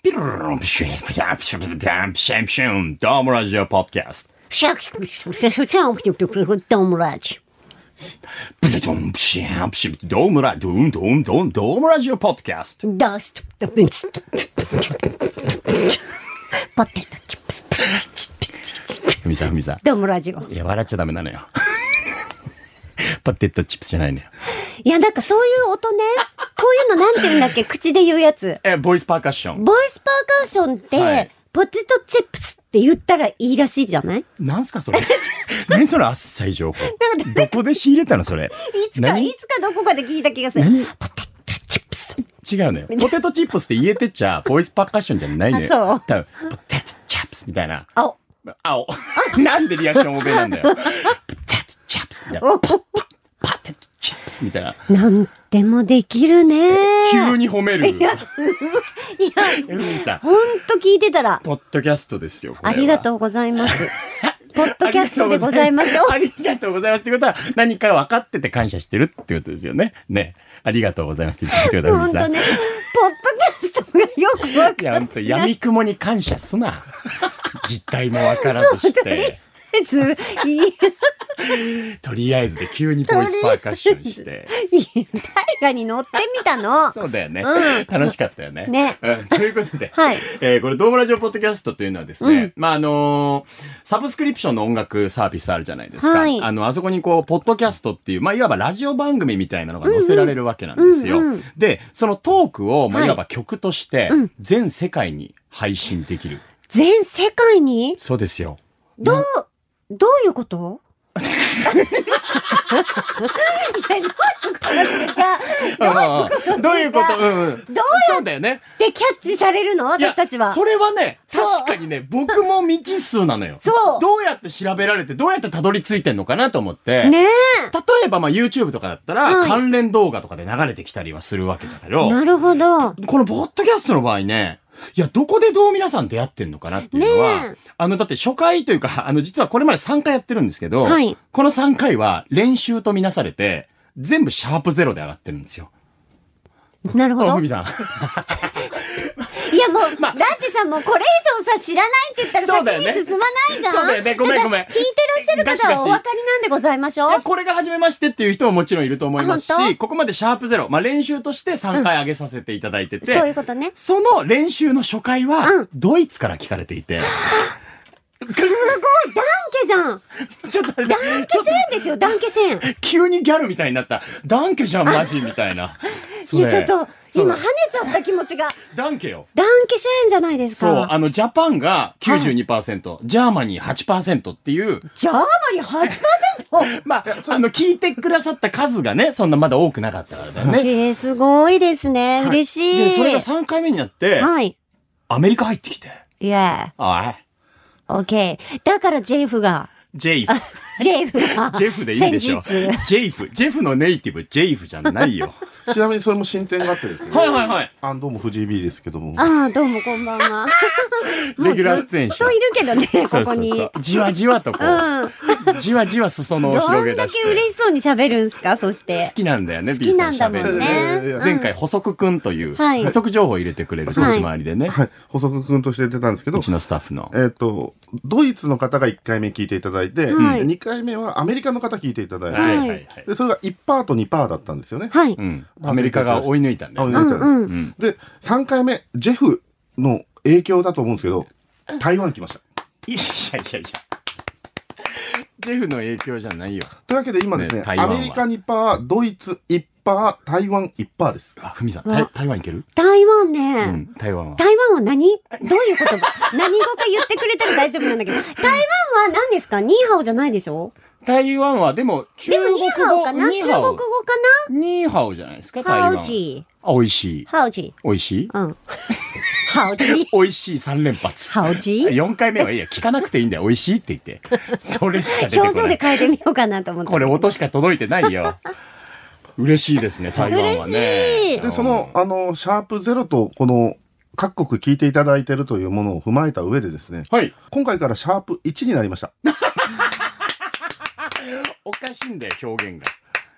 ピルルルンプシュンプシャンプシュンプシャンプシャンプシュンドームラジオポッドキャスト。 シャクシャクシャクシャクシャクシャクシャクシャクドームラジプシャンプシャンプシュンドームラドーンドーンドーンドームラジオポッドキャスト。 オダストポテトチップスふみさんふみさん。 ドームラジオ。 いや、笑っちゃダメなのよ。ポテトチップスじゃないのよ。 いや、なんかそういう音ね、こういうのなんて言うんだっけ、口で言うやつ。 ボイスパーカッション。 ボイスパーカッションって、 はい、 ポテトチップスって言ったらいいらしいじゃない？ なんすかそれ。何そのあっさい情報。どこで仕入れたのそれ。 いつかどこかで聞いた気がする。ポテトチップス。 違うのよ。ポテトチップスって言えてちゃ、ボイスパーカッションじゃないのよ。 そう。 多分ポテトチップスみたいな。 青。 なんでリアクション欧米なんだよ。ポテトチップスみたいな。ポテトチップスみたいな。 なんでもできるね。 急に褒める。 いや、 エルミンさん。 ほんと聞いてたら。 ポッドキャストですよ。 ありがとうございます。ポッドキャストでございましょう。 ありがとうございますってことは、何か分かってて感謝してるってことですよね。ね。ありがとうございますって言ってくれたほんとね。ポッドキャストがよく分かって。 いや、ほんと、闇雲に感謝すな。実態も分からずして。とりあえずで急にボイスパーカッションして。 大河に乗ってみたの。 そうだよね。 うん、 楽しかったよね。 ね。 ということで、 はい。 これ、ドームラジオポッドキャストというのはですね、まあ、サブスクリプションの音楽サービスあるじゃないですか。はい、あそこにこう、ポッドキャストっていう、まあ、いわばラジオ番組みたいなのが載せられるわけなんですよ。で、そのトークを、まあ、いわば曲として、全世界に配信できる。 全世界に？ そうですよ。 どういうこといや、 どういうことそうだよね。 でキャッチされるの私たちは。 それはね、確かにね、僕も未知数なのよ。そう。どうやって調べられて、どうやってたどり着いてんのかなと思って。ねえ。例えば、まあ、YouTube とかだったら、関連動画とかで流れてきたりはするわけだけど。なるほど。 このポッドキャストの場合ね、いや、どこでどう皆さん出会ってんのかなっていうのは、だって初回というか、実はこれまで3回やってるんですけど、はい、この3回は練習とみなされて、全部#0で上がってるんですよ。 なるほど。 ふみさん。 いやもう、だってさ、もうこれ以上さ、知らないって言ったら先に進まないじゃん。 そうだよね。ごめん。聞いてらっしゃる方はお分かりなんでございましょう。 これが初めましてっていう人ももちろんいると思いますし、ここまで#0、まあ練習として3回上げさせていただいてて、 そういうことね。 その練習の初回は、ドイツから聞かれていて。 すごい、ダンケじゃん。 ちょっと、 ダンケシェーンですよ、ダンケシェーン。 急にギャルみたいになった。ダンケじゃん、マジみたいな。 いや、ちょっと、今跳ねちゃった気持ちが。 ダンケよ。 ダンケシェーンじゃないですか。 そう、ジャパンが 92%、ジャーマニー 8% っていう。 ジャーマニー 8%? まあ、聞いてくださった数がね、そんなまだ多くなかったからだよね。 すごいですね。嬉しい。 で、それが3回目になって、アメリカ入ってきて。 いや。 はい。 オッケー。だからジェフが。 ジェイフ。 ジェフが。 ジェフでいいでしょ。ジェイフ。ジェフのネイティブ、ジェイフじゃないよ。 ちなみにそれも進展があってですね。 はい。 どうも藤井 B ですけども。 どうもこんばんは。 レギュラー出演者。 ずっといるけどね、ここに。 じわじわとこう。じわじわ裾野を広げ出して。 どんだけ嬉しそうに喋るんすか、そして。 好きなんだよね、B さん喋る。好きなんだもんね。前回、補足くんという、補足情報を入れてくれる、少し周りでね。 はい。補足くんとして出たんですけど。 うちのスタッフの。 ドイツの方が1回目聞いていただいて、2回目はアメリカの方聞いていただいて、でそれが1%と2%だったんですよね。 はい。 アメリカが追い抜いたんだよね。で、3回目、ジェフの影響だと思うんですけど、台湾来ました。 いや。ジェフの影響じゃないよ。 というわけで今ですね、アメリカ2%、ドイツ1%、台湾1%です。 ふみさん、台湾いける？ 台湾ね。 台湾は何？どういう言葉？何語か言ってくれたら大丈夫なんだけど。台湾は何ですか？ニーハオじゃないでしょ？ 台湾はでも中国語ニーハオかな？中国語かな？ ニーハオじゃないですか？台湾。 ハオジー。 美味しい。 ハオジー。 美味しい？ うん。ハオジー。 美味しい3連発。 ハオジー。 4回目はいいや、聞かなくていいんだよ。美味しいって言って。それしか出てこない。 表情で変えてみようかなと思って。 これ音しか届いてないよ。嬉しいですね、台湾はね。 嬉しい。 で、#0とこの各国聞いていただいているというものを踏まえた上でですね、 はい。 今回から#1になりました。 おかしいんだよ、表現が。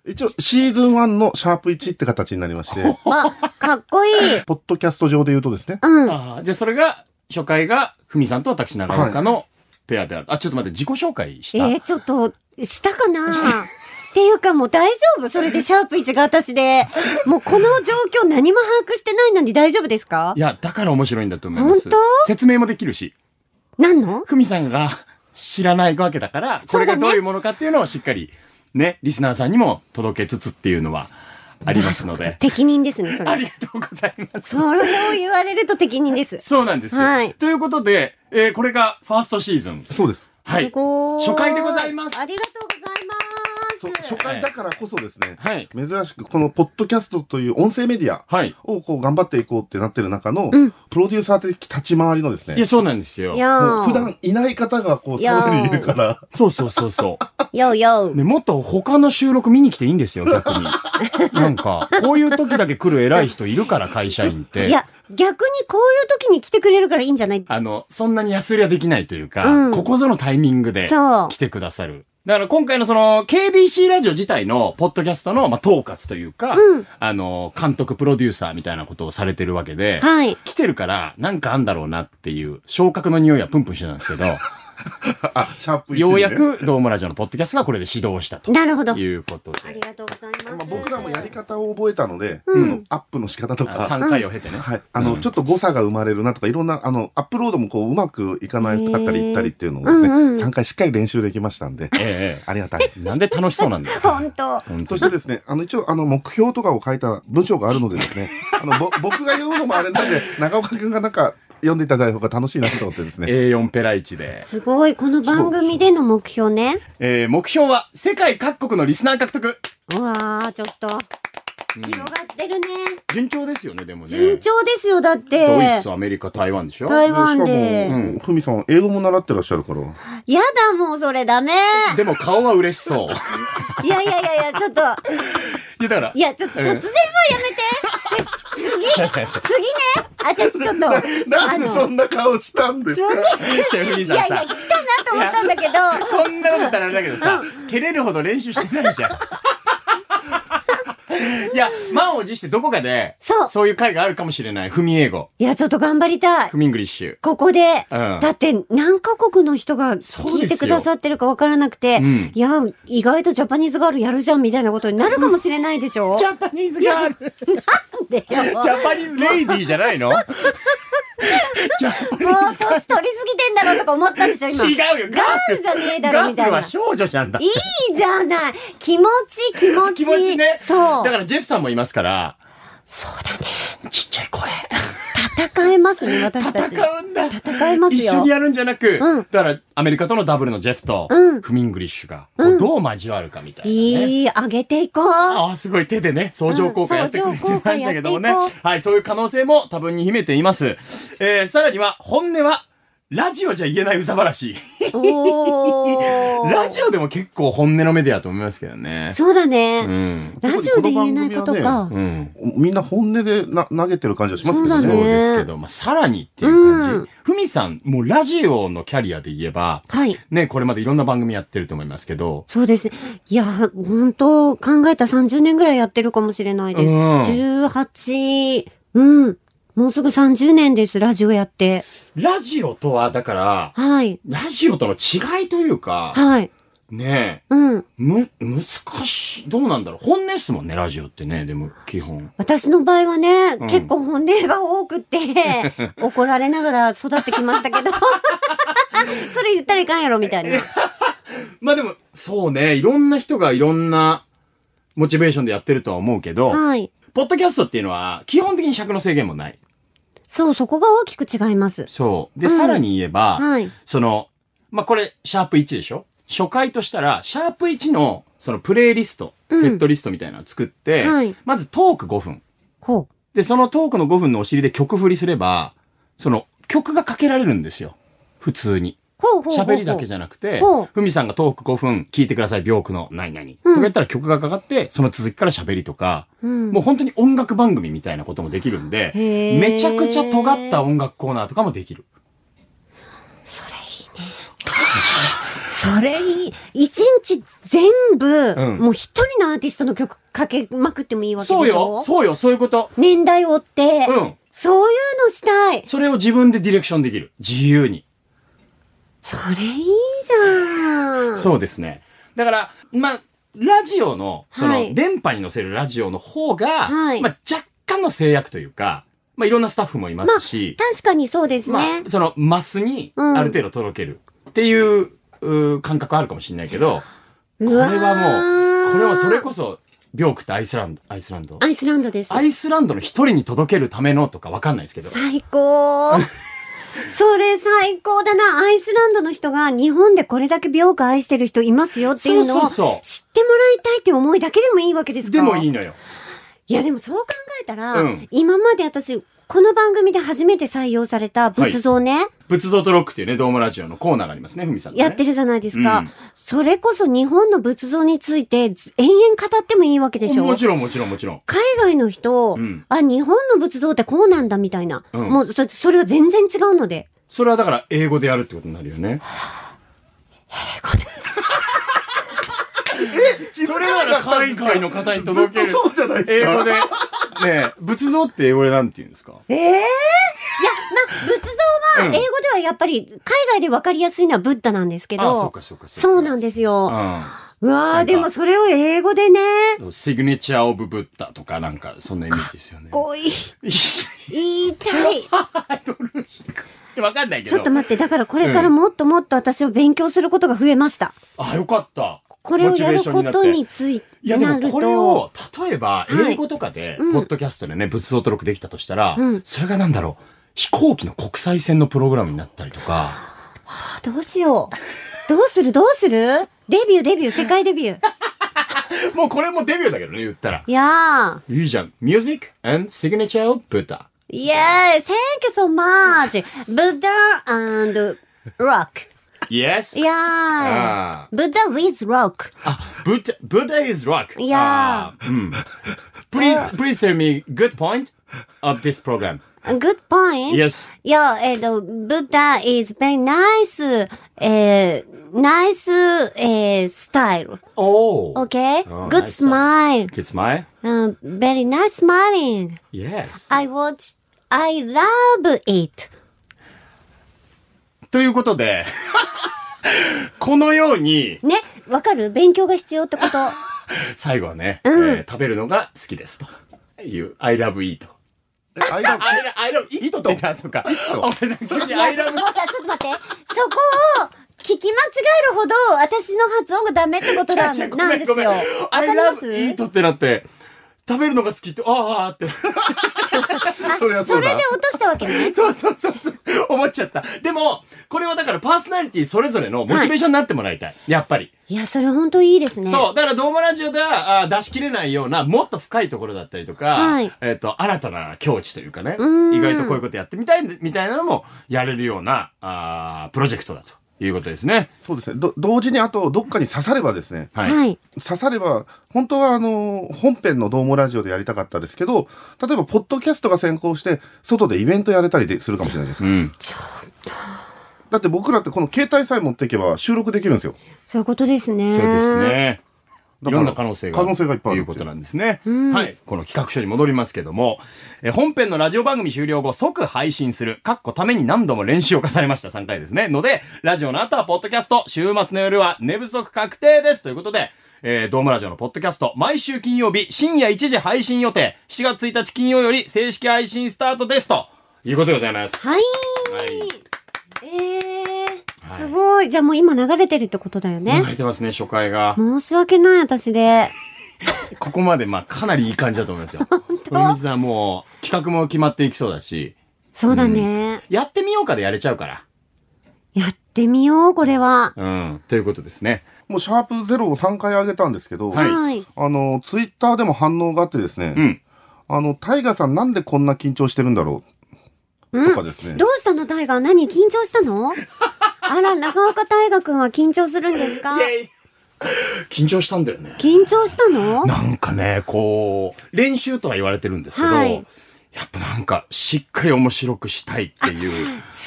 一応シーズン1のシャープ1って形になりまして。 かっこいい。 ポッドキャスト上で言うとですね。 じゃあそれが、初回がふみさんと私長岡のペアである。ちょっと待って、自己紹介した？ ちょっと、したかなっていうかもう大丈夫？それでシャープ1が私で、もうこの状況何も把握してないのに大丈夫ですか？ いや、だから面白いんだと思います。 本当？ 説明もできるし。 何の？ ふみさんが知らないわけだから、これがどういうものかっていうのをしっかり、ね、リスナーさんにも届けつつっていうのはありますので。 適任ですね、それ。 ありがとうございます。 それを言われると適任です。 そうなんですよ。はい。ということで、これがファーストシーズン。 そうです。 はい。初回でございます。 ありがとうございます。 初回だからこそですね、はい、珍しくこのポッドキャストという音声メディアをこう頑張っていこうってなってる中の、プロデューサー的立ち回りのですね。 いや、そうなんですよ。 もう普段いない方がこう、そこにいるから。 そうそうそうそう。 よよ。 ね、もっと他の収録見に来ていいんですよ、逆に。なんか、こういう時だけ来る偉い人いるから、会社員って。 いや、逆にこういう時に来てくれるからいいんじゃない？ そんなに安売りはできないというか、ここぞのタイミングで来てくださる。だから今回のその KBC ラジオ自体のポッドキャストの統括というか、監督プロデューサーみたいなことをされてるわけで、来てるからなんかあんだろうなっていう昇格の匂いはプンプンしてたんですけど、 シャープ1、ね、 ようやくドームラジオのポッドキャストがこれで始動したと。 なるほど。 いうことで。 ありがとうございます。 僕らもやり方を覚えたので、アップの仕方とか。 3回を経てね。 はい。ちょっと誤差が生まれるなとか、いろんな、アップロードもこう、うまくいかなかったりいったりっていうのをですね、3回しっかり練習できましたんで、ありがたい。 なんで楽しそうなんだよ。 本当。 そしてですね、一応、目標とかを書いた文章があるのでですね、僕が読むのもあれなんで、長岡くんがなんか、読んでいただいた方が楽しいなと思ってですね。 A4 ペラ1で。 すごい、この番組での目標ね。 目標は世界各国のリスナー獲得。 うわー、ちょっと。広がってるね。 順調ですよね、でもね。 順調ですよ、だって。 ドイツ、アメリカ、台湾でしょ？ 台湾で。 ふみさん、英語も習ってらっしゃるから。 やだ、もうそれダメ。 でも顔は嬉しそう。 いや、ちょっと。 いや、だから。 いや、ちょっと突然はやめて。次ね。私ちょっと。 なんでそんな顔したんですか？ 次。いや、来たなと思ったんだけど。 こんなこと言ったらあれだけどさ、照れるほど練習してないじゃん。いや、満を持してどこかで、そういう回があるかもしれない。ふみ英語。 いや、ちょっと頑張りたい。 ふみイングリッシュ。 ここで。だって何カ国の人が聞いてくださってるかわからなくて、いや、意外とジャパニーズガールやるじゃんみたいなことになるかもしれないでしょ？ ジャパニーズガール。 なんでよ。 ジャパニーズレイディーじゃないの？もう年取りすぎてんだろうとか思ったでしょ今。 違うよ。 ガールじゃねえだろみたいな。 ガールは少女じゃんだ。 いいじゃない。気持ち。 気持ちね。 そう。 だからジェフさんもいますから。 そうだね。 ちっちゃい声。 戦えますね、私たち。 戦うんだ。 戦えますよ。 一緒にやるんじゃなく、だからアメリカとのダブルのジェフと、フミングリッシュが、どう交わるかみたいなね。 上げていこう。 ああ、すごい手でね、相乗効果やってくれてましたけどもね。はい、そういう可能性も多分に秘めています。さらには、本音は、ラジオじゃ言えないうざ話。ラジオでも結構本音のメディアだと思いますけどね。 そうだね。ラジオで言えないことか。 みんな本音で投げてる感じはしますけどね。 そうですけど、さらにっていう感じ。ふみさん、もうラジオのキャリアで言えば、ね、これまでいろんな番組やってると思いますけど。 そうですね。いや、本当考えた30年ぐらいやってるかもしれないです。18、もうすぐ30年です、ラジオやって。 ラジオとは、だから、ラジオとの違いというか、ねえ、難しい、どうなんだろう。本音っすもんね、ラジオってね、でも、基本。 私の場合はね、結構本音が多くて、怒られながら育ってきましたけど、それ言ったらいかんやろ、みたいな。 まあでも、そうね、いろんな人がいろんなモチベーションでやってるとは思うけど、ポッドキャストっていうのは、基本的に尺の制限もない。 そう、そこが大きく違います。 そう。で、さらに言えば、これ、シャープ1でしょ？初回としたら、シャープ1の、そのプレイリスト、セットリストみたいなのを作って、まずトーク5分。で、そのトークの5分のお尻で曲振りすれば、その曲がかけられるんですよ。普通に。喋りだけじゃなくて、ふみさんがトーク5分聞いてください、病気の何々。とか言ったら曲がかかって、その続きから喋りとか、もう本当に音楽番組みたいなこともできるんで、めちゃくちゃ尖った音楽コーナーとかもできる。 それいいね。 それいい。一日全部、もう一人のアーティストの曲かけまくってもいいわけでしょ？ そういうこと。 年代追って。そういうのしたい。 それを自分でディレクションできる。自由に。 それいいじゃん。 そうですね。だから、ラジオの、電波に乗せるラジオの方が、若干の制約というか、いろんなスタッフもいますし。 確かにそうですね。 マスに、ある程度届けるっていう感覚あるかもしれないけど、これはそれこそ、ビョークってアイスランドです。 アイスランドの一人に届けるためのとかわかんないですけど。 最高。それ最高だな。アイスランドの人が日本でこれだけビョーク愛してる人いますよっていうのを知ってもらいたいって思いだけでもいいわけですか？ でもいいのよ。 いやでもそう考えたら、今まで私、この番組で初めて採用された仏像ね。 仏像とロックっていうね、ドームラジオのコーナーがありますね、ふみさん、ね。 やってるじゃないですか。それこそ日本の仏像について延々語ってもいいわけでしょ？ もちろん。海外の人、日本の仏像ってこうなんだみたいな。もうそれは全然違うので。 それはだから英語でやるってことになるよね。 英語で。 それは海外の方に届ける。 そうじゃないですか。 英語で。ねえ、仏像って英語でなんて言うんですか？ いや、仏像は英語ではやっぱり海外で分かりやすいのはブッダなんですけど。そうなんですよ。うわー、でもそれを英語でね。 シグネチャーオブブッダとかなんかそんなイメージですよね。 かっこいい。言いたい。 わかんないけど。 ちょっと待って、だからこれからもっともっと私を勉強することが増えました。 よかった。 これをやることについて。 いやでもこれを、例えば英語とかで、ポッドキャストでね、仏像登録できたとしたら、それがなんだろう、飛行機の国際線のプログラムになったりとか。 どうしよう。どうするデビュー、世界デビュー。 もうこれもデビューだけどね、言ったら。 いやー。いいじゃん。Music and Signature of Buddha. Yes, thank you so much. Buddha and rock. Yes. Yeah. Buddha with rock. Buddha is rock. Yeah. Please tell me good point of this program. A good point? Yes. Yeah, Buddha is very nice, style. Oh. Okay? Oh, good nice smile. Good smile? Very nice smiling. Yes. I love it. ということで、このように。 ね、わかる？勉強が必要ってこと。 最後はね、食べるのが好きですという、I love eat. I love eat って言ったら、そうか。俺だけに I love eat。 もうさ、ちょっと待って。そこを聞き間違えるほど、私の発音がダメってことなんですよ。 I love eat ってなって、食べるのが好きって、って。 それで落としたわけね。 そう。思っちゃった。でも、これはだからパーソナリティそれぞれのモチベーションになってもらいたい。やっぱり。 いや、それ本当いいですね。 そう。だからドームラジオでは出し切れないような、もっと深いところだったりとか、新たな境地というかね、意外とこういうことやってみたいみたいなのもやれるような、プロジェクトだと。いうことですね。 そうですね。同時にあとどっかに刺さればですね。 はい。 刺されば本当は本編のドームラジオでやりたかったですけど、例えばポッドキャストが先行して外でイベントやれたりするかもしれないです。 ちょっと。 だって僕らってこの携帯さえ持っていけば収録できるんですよ。 そういうことですね。 そうですね。いろんな可能性がいっぱいあるということなんですね。はい。この企画書に戻りますけども、本編のラジオ番組終了後即配信する、ために何度も練習を重ねました3回ですね。ので、ラジオの後はポッドキャスト、週末の夜は寝不足確定です。ということで、ドームラジオのポッドキャスト、毎週金曜日深夜1時配信予定、7月1日金曜より正式配信スタートですということでございます。 はい。すごい。じゃあもう今流れてるってことだよね。 流れてますね、初回が。 申し訳ない、私で。 ここまでかなりいい感じだと思いますよ。 本当？ 水さんもう企画も決まっていきそうだし。 そうだね。 やってみようかでやれちゃうから。 やってみよう、これは。 ということですね。 もうシャープ0を3回上げたんですけど、 はい。 ツイッターでも反応があってですね、タイガさんなんでこんな緊張してるんだろうとかですね。 どうしたの、タイガ？何緊張したの？あら、長岡大河くんは緊張するんですか？ 緊張したんだよね。 緊張したの？ なんかね、練習とは言われてるんですけど、やっぱなんか、しっかり面白くしたいっていう。 そう。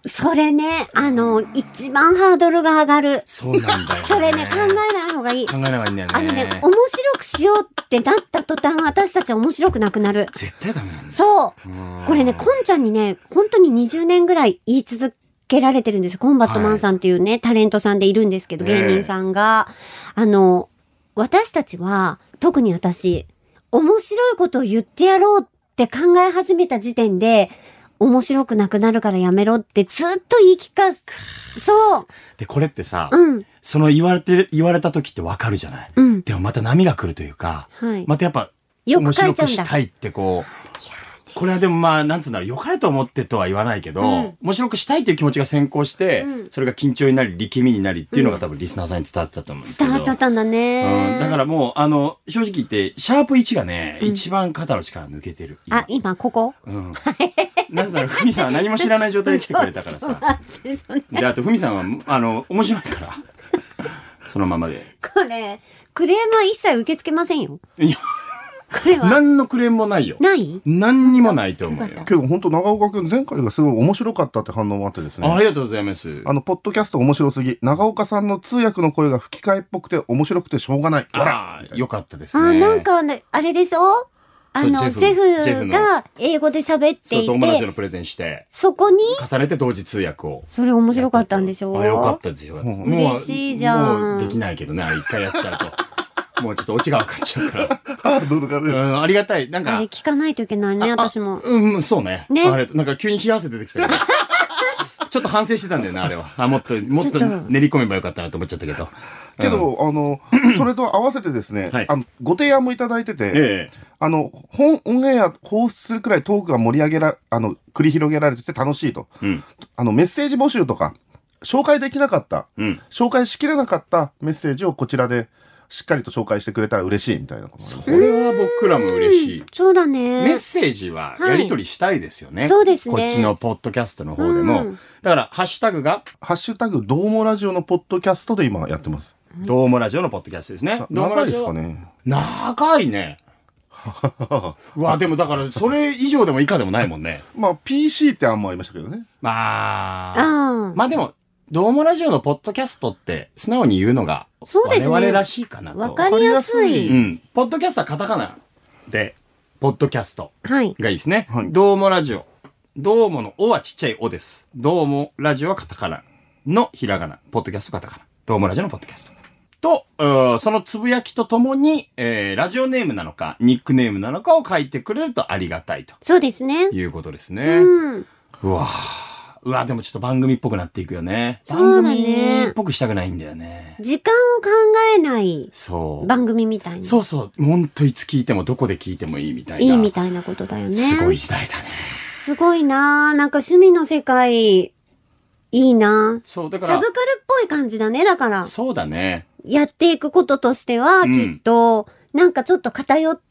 それね、一番ハードルが上がる。 そうなんだよね。 それね、考えない方がいい。 考えない方がいいんだよね。 面白くしようってなった途端、私たちは面白くなくなる。 絶対ダメなんだよ。 そう。これね、こんちゃんにね、本当に20年ぐらい言い続けられてるんです。コンバットマンさんっていうね、タレントさんでいるんですけど、芸人さんが。私たちは、特に私、面白いことを言ってやろうって考え始めた時点で、面白くなくなるからやめろってずっと言い聞かす。そう。 で、これってさ、 うん、 その言われた時ってわかるじゃない、うん、でもまた波が来るというか、はい、またやっぱ、面白くしたいってこう、これはでもまあ、なんつうんだろう、良かれと思ってとは言わないけど、面白くしたいという気持ちが先行して、それが緊張になり、力みになりっていうのが多分リスナーさんに伝わってたと思うんですけど。 伝わっちゃったんだね。 だからもう、正直言って、シャープ1がね、一番肩の力抜けてる。 今ここ？ なぜなら、ふみさんは何も知らない状態で来てくれたからさ。で、あと、ふみさんは、面白いから。そのままで。 これ、クレームは一切受け付けませんよ。 何のクレームもないよ。 ない？ 何にもないと思うよ。 けど本当長岡くん前回がすごい面白かったって反応もあってですね。 ありがとうございます。 ポッドキャスト面白すぎ。長岡さんの通訳の声が吹き替えっぽくて面白くてしょうがない。 よかったですね。 なんかね、あれでしょ？ジェフが英語で喋っていて、 友達のプレゼンして、 そこに重ねて同時通訳を。 それ面白かったんでしょ？ よかったですよ。 嬉しいじゃん。 もうできないけどね、一回やっちゃうと。もうちょっとオチが分かっちゃうから。 ハードルがね。 ありがたい。なんか。 あれ聞かないといけないね、私も。 そうね。あれ、なんか急に冷や汗出てきたけど。ちょっと反省してたんだよね、あれは。もっと練り込めばよかったなと思っちゃったけど。 けど、それと合わせてですね、ご提案もいただいてて、オンエア放出するくらいトークが繰り広げられてて楽しいと。メッセージ募集とか、紹介できなかった、紹介しきれなかったメッセージをこちらで、しっかりと紹介してくれたら嬉しいみたいなことなんです。 それは僕らも嬉しい。 そうだね。 メッセージはやり取りしたいですよね。 そうですね。 こっちのポッドキャストの方でも。だから、ハッシュタグがハッシュタグ、どうもラジオのポッドキャストで今やってます。 どうもラジオのポッドキャストですね。 長いですかね。 長いね。うわ、でもだから、それ以上でも以下でもないもんね。 PC って案もありましたけどね。 まあでも、どうもラジオのポッドキャストって素直に言うのが我々らしいかなと。 わかりやすい。 ポッドキャストはカタカナで、ポッドキャストがいいですね。 はい、 どうもラジオ。どうものおはちっちゃいおです。どうもラジオはカタカナのひらがな。ポッドキャストカタカナ。どうもラジオのポッドキャスト。と、そのつぶやきとともに、ラジオネームなのか、ニックネームなのかを書いてくれるとありがたいと。 そうですね。 いうことですね。うわでもちょっと番組っぽくなっていくよね。 そうだね。 番組っぽくしたくないんだよね。 時間を考えない番組みたいな。 そう。ほんといつ聞いてもどこで聞いてもいいみたいな。 いいみたいなことだよね。 すごい時代だね。 すごいななんか趣味の世界、いいなそう、だから。 サブカルっぽい感じだね、だから。 そうだね。 やっていくこととしては、きっと、なんかちょっと偏った、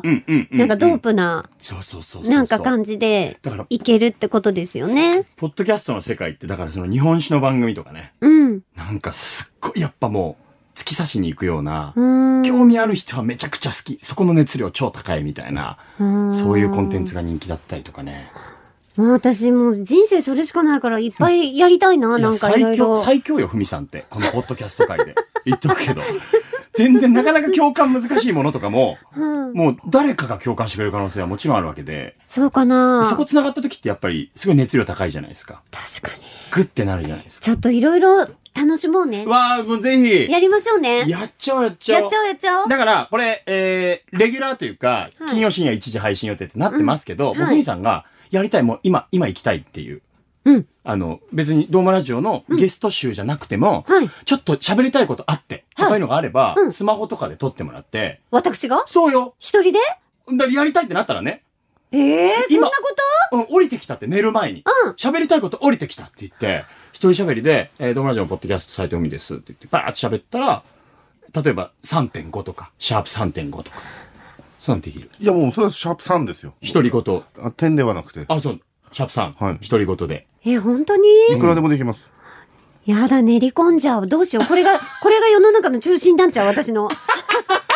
なんかドープな、なんか感じで、いけるってことですよね。 ポッドキャストの世界って、だからその日本史の番組とかね。なんかすっごいやっぱもう、突き刺しに行くような、興味ある人はめちゃくちゃ好き。そこの熱量超高いみたいな、そういうコンテンツが人気だったりとかね。 私もう人生それしかないからいっぱいやりたいな、なんかいろいろ。 最強よ、ふみさんって。このポッドキャスト界で。言っとくけど。全然なかなか共感難しいものとかも、もう誰かが共感してくれる可能性はもちろんあるわけで。 そうかな。 そこ繋がった時ってやっぱりすごい熱量高いじゃないですか。 確かに。 グッてなるじゃないですか。 ちょっといろいろ楽しもうね。 もうぜひ。 やりましょうね。 やっちゃおう。だから、これ、レギュラーというか、金曜深夜1時配信予定ってなってますけど、ふみさんがやりたい、もう今行きたいっていう。別にドーマラジオのゲスト集じゃなくても、ちょっと喋りたいことあって、とかいうのがあれば、スマホとかで撮ってもらって。 私が？ そうよ。 一人で？ やりたいってなったらね。 そんなこと？ 降りてきたって寝る前に。喋りたいこと降りてきたって言って、一人喋りで、ドーマラジオのポッドキャストサイト海ですって言って、バーッと喋ったら、例えば 3.5 とか、シャープ 3.5 とか。そうなんできる。 いやもうそれはシャープ3ですよ。 独り言。 点ではなくて。 そう。シャープ3。独り言で。 本当に？ いくらでもできます。 やだ、練り込んじゃう。どうしよう。これが世の中の中心なんちゃう、私の。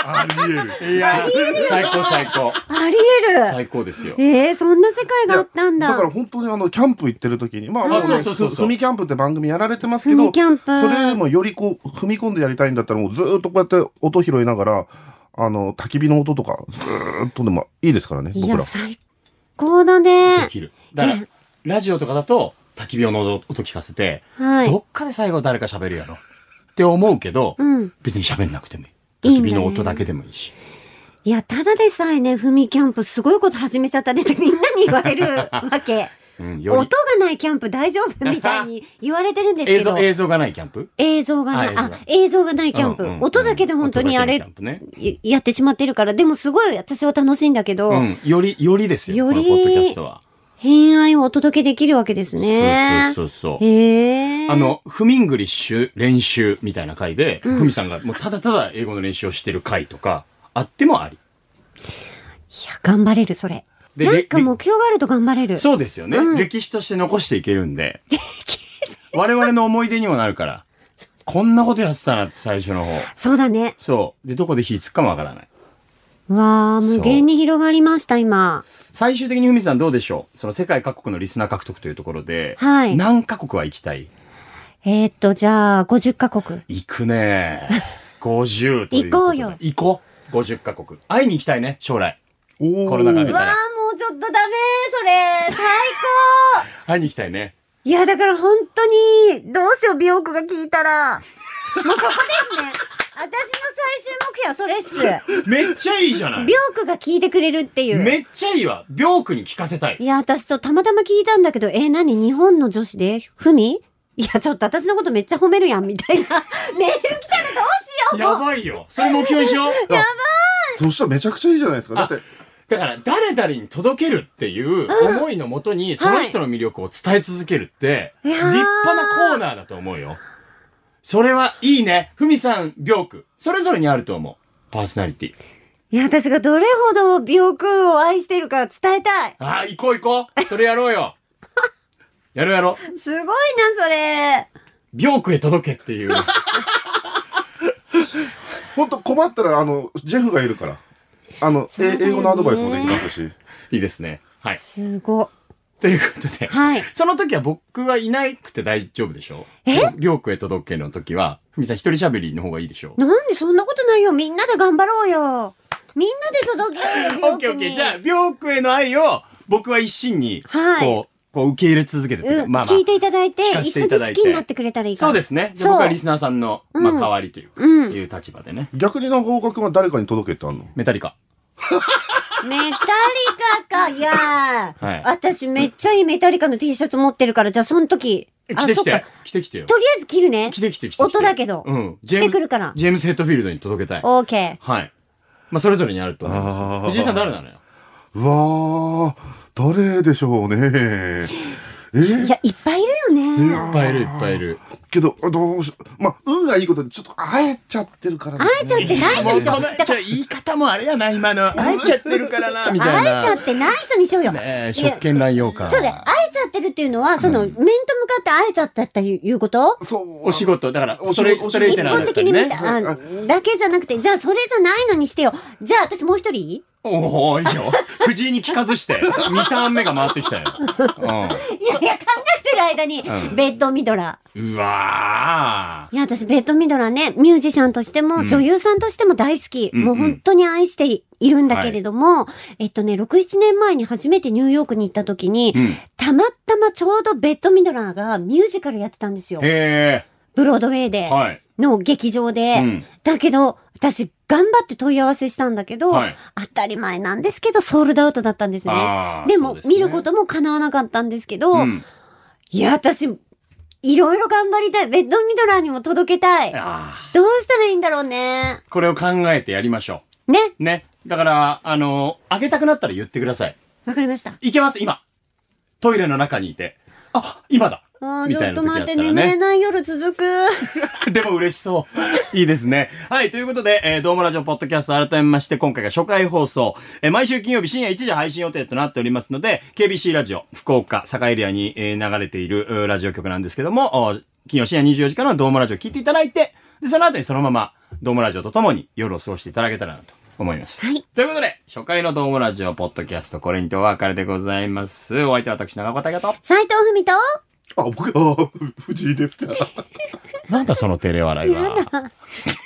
ありえる。 いや、最高最高。 ありえる。 最高ですよ。 そんな世界があったんだ。 だから本当にキャンプ行ってる時に、まあ、ふみキャンプって番組やられてますけど、 ふみキャンプ。 それよりもよりこう、踏み込んでやりたいんだったら、もうずーっとこうやって音拾いながら、焚き火の音とか、ずーっとでもいいですからね、僕ら。 いや、最高だね。 できる。だから、ラジオとかだと、焚き火の音聞かせて、どっかで最後誰か喋るやろ。って思うけど、別に喋んなくてもいい。焚き火の音だけでもいいし。 いや、ただでさえね、ふみキャンプすごいこと始めちゃったねってみんなに言われるわけ。音がないキャンプ大丈夫みたいに言われてるんですけど。 映像がないキャンプ？ 映像がない、映像がないキャンプ。音だけで本当にあれ、やってしまってるから。でもすごい私は楽しいんだけど。 よりですよ、 より、 このポッドキャストは。 偏愛をお届けできるわけですね。 そう。フミングリッシュ練習みたいな回で、ふみさんがもうただただ英語の練習をしてる回とか、あってもあり。 いや、頑張れる、それ。なんか目標があると頑張れる。 そうですよね。歴史として残していけるんで。我々の思い出にもなるから。こんなことやってたなって最初の方。 そうだね。 そう。で、どこで火つくかもわからない。 わー、無限に広がりました、今。 最終的にふみさんどうでしょう？その世界各国のリスナー獲得というところで、 はい。 何カ国は行きたい？ じゃあ、50カ国。 行くね50という。 行こうよ。 行こう。50カ国。会いに行きたいね、将来。コロナが明けたら。 うわー、もうちょっとダメそれ。最高会いに行きたいね。 いや、だから本当に、どうしよう、美容区が聞いたら。もうそこですね。私の最終目標はそれっす。 めっちゃいいじゃない。 美容区が聞いてくれるっていう。 めっちゃいいわ。美容区に聞かせたい。 いや、私たまたま聞いたんだけど、何日本の女子でふみいや、ちょっと私のことめっちゃ褒めるやん、みたいな。メール来たらどうしよう。 やばいよ。それ目標にしよう。 やばい。 そしたらめちゃくちゃいいじゃないですか。 だから、誰々に届けるっていう思いのもとに、その人の魅力を伝え続けるって、立派なコーナーだと思うよ。それはいいね。ふみさん、美容区。それぞれにあると思う。パーソナリティ。 いや、私がどれほど美容区を愛してるか伝えたい。 ああ、行こう。それやろうよ。やろう。 すごいな、それ。 美容区へ届けっていう。 本当困ったら、ジェフがいるから。英語のアドバイスもできますし。 いいですね。はい。 すご。 ということで、 はい。 その時は僕はいなくて大丈夫でしょ？美容区へ届けの時は、ふみさん一人喋りの方がいいでしょ？ なんでそんなことないよ。みんなで頑張ろうよ。みんなで届けようよ。 オッケー。じゃあ、美容区への愛を僕は一心に、こう受け入れ続けて聞いていただいて、一緒に好きになってくれたらいいから。 そうですね。僕はリスナーさんの、代わりという立場でね。 逆に長岡くんは誰かに届けってあんの？ メタリカ。 メタリカか。いやー。私めっちゃいいメタリカの T シャツ持ってるから、じゃあその時。 着てきてよ。 とりあえず着るね。 着て。 音だけど。着てくるから。 ジェームス・ヘッドフィールドに届けたい。 オーケー。はい。それぞれにあると思います。藤井さん誰なのよ？ うわー、誰でしょうね。 いや、いっぱいいるよね。 いっぱいいる。 けど、運がいいことにちょっと会えちゃってるからね。 会えちゃってない人でしょ。 言い方もあれやな、今の。会えちゃってるからな、みたいな。 会えちゃってない人にしようよ。 職権乱用か。 そうだよ。会えちゃってるっていうのは、面と向かって会えちゃったっていうこと？ そう。 お仕事、だから、ストレートな一般的に見た、だけじゃなくて、じゃあそれじゃないのにしてよ。じゃあ私もう一人？ おー、いいよ。藤井に聞かずして、2ターン目が回ってきたよ。 いや、考えてる間に、ベッドミドラー。 うわー。いや、私、ベッドミドラーね、ミュージシャンとしても、女優さんとしても大好き。もう本当に愛しているんだけれども、6、7年前に初めてニューヨークに行った時に、たまたまちょうどベッドミドラーがミュージカルやってたんですよ。ブロードウェイで。の劇場で。だけど、私、頑張って問い合わせしたんだけど、当たり前なんですけど、ソールドアウトだったんですね。でも、見ることも叶わなかったんですけど、いや、私、いろいろ頑張りたい。ベッドミドラーにも届けたい。どうしたらいいんだろうね。 これを考えてやりましょう。 ね。だから、あげたくなったら言ってください。 わかりました。 いけます、今。トイレの中にいて。今だ。みたいな時だったらね。ちょっと待って、 眠れない夜続く。 でも嬉しそう。いいですね。はい、ということで、どうもラジオポッドキャスト改めまして、今回が初回放送。毎週金曜日深夜1時配信予定となっておりますので、KBC ラジオ、福岡、坂エリアに、流れているラジオ局なんですけども、金曜深夜24時からのどうもラジオ聞いていただいて、 で、その後にそのまま、ドームラジオとともに夜を過ごしていただけたらなと思います。 はい。 ということで、初回のドームラジオポッドキャスト、これにてお別れでございます。お相手は私、長岡大和と。 斉藤文と。 藤井ですか。 なんだその照れ笑いは。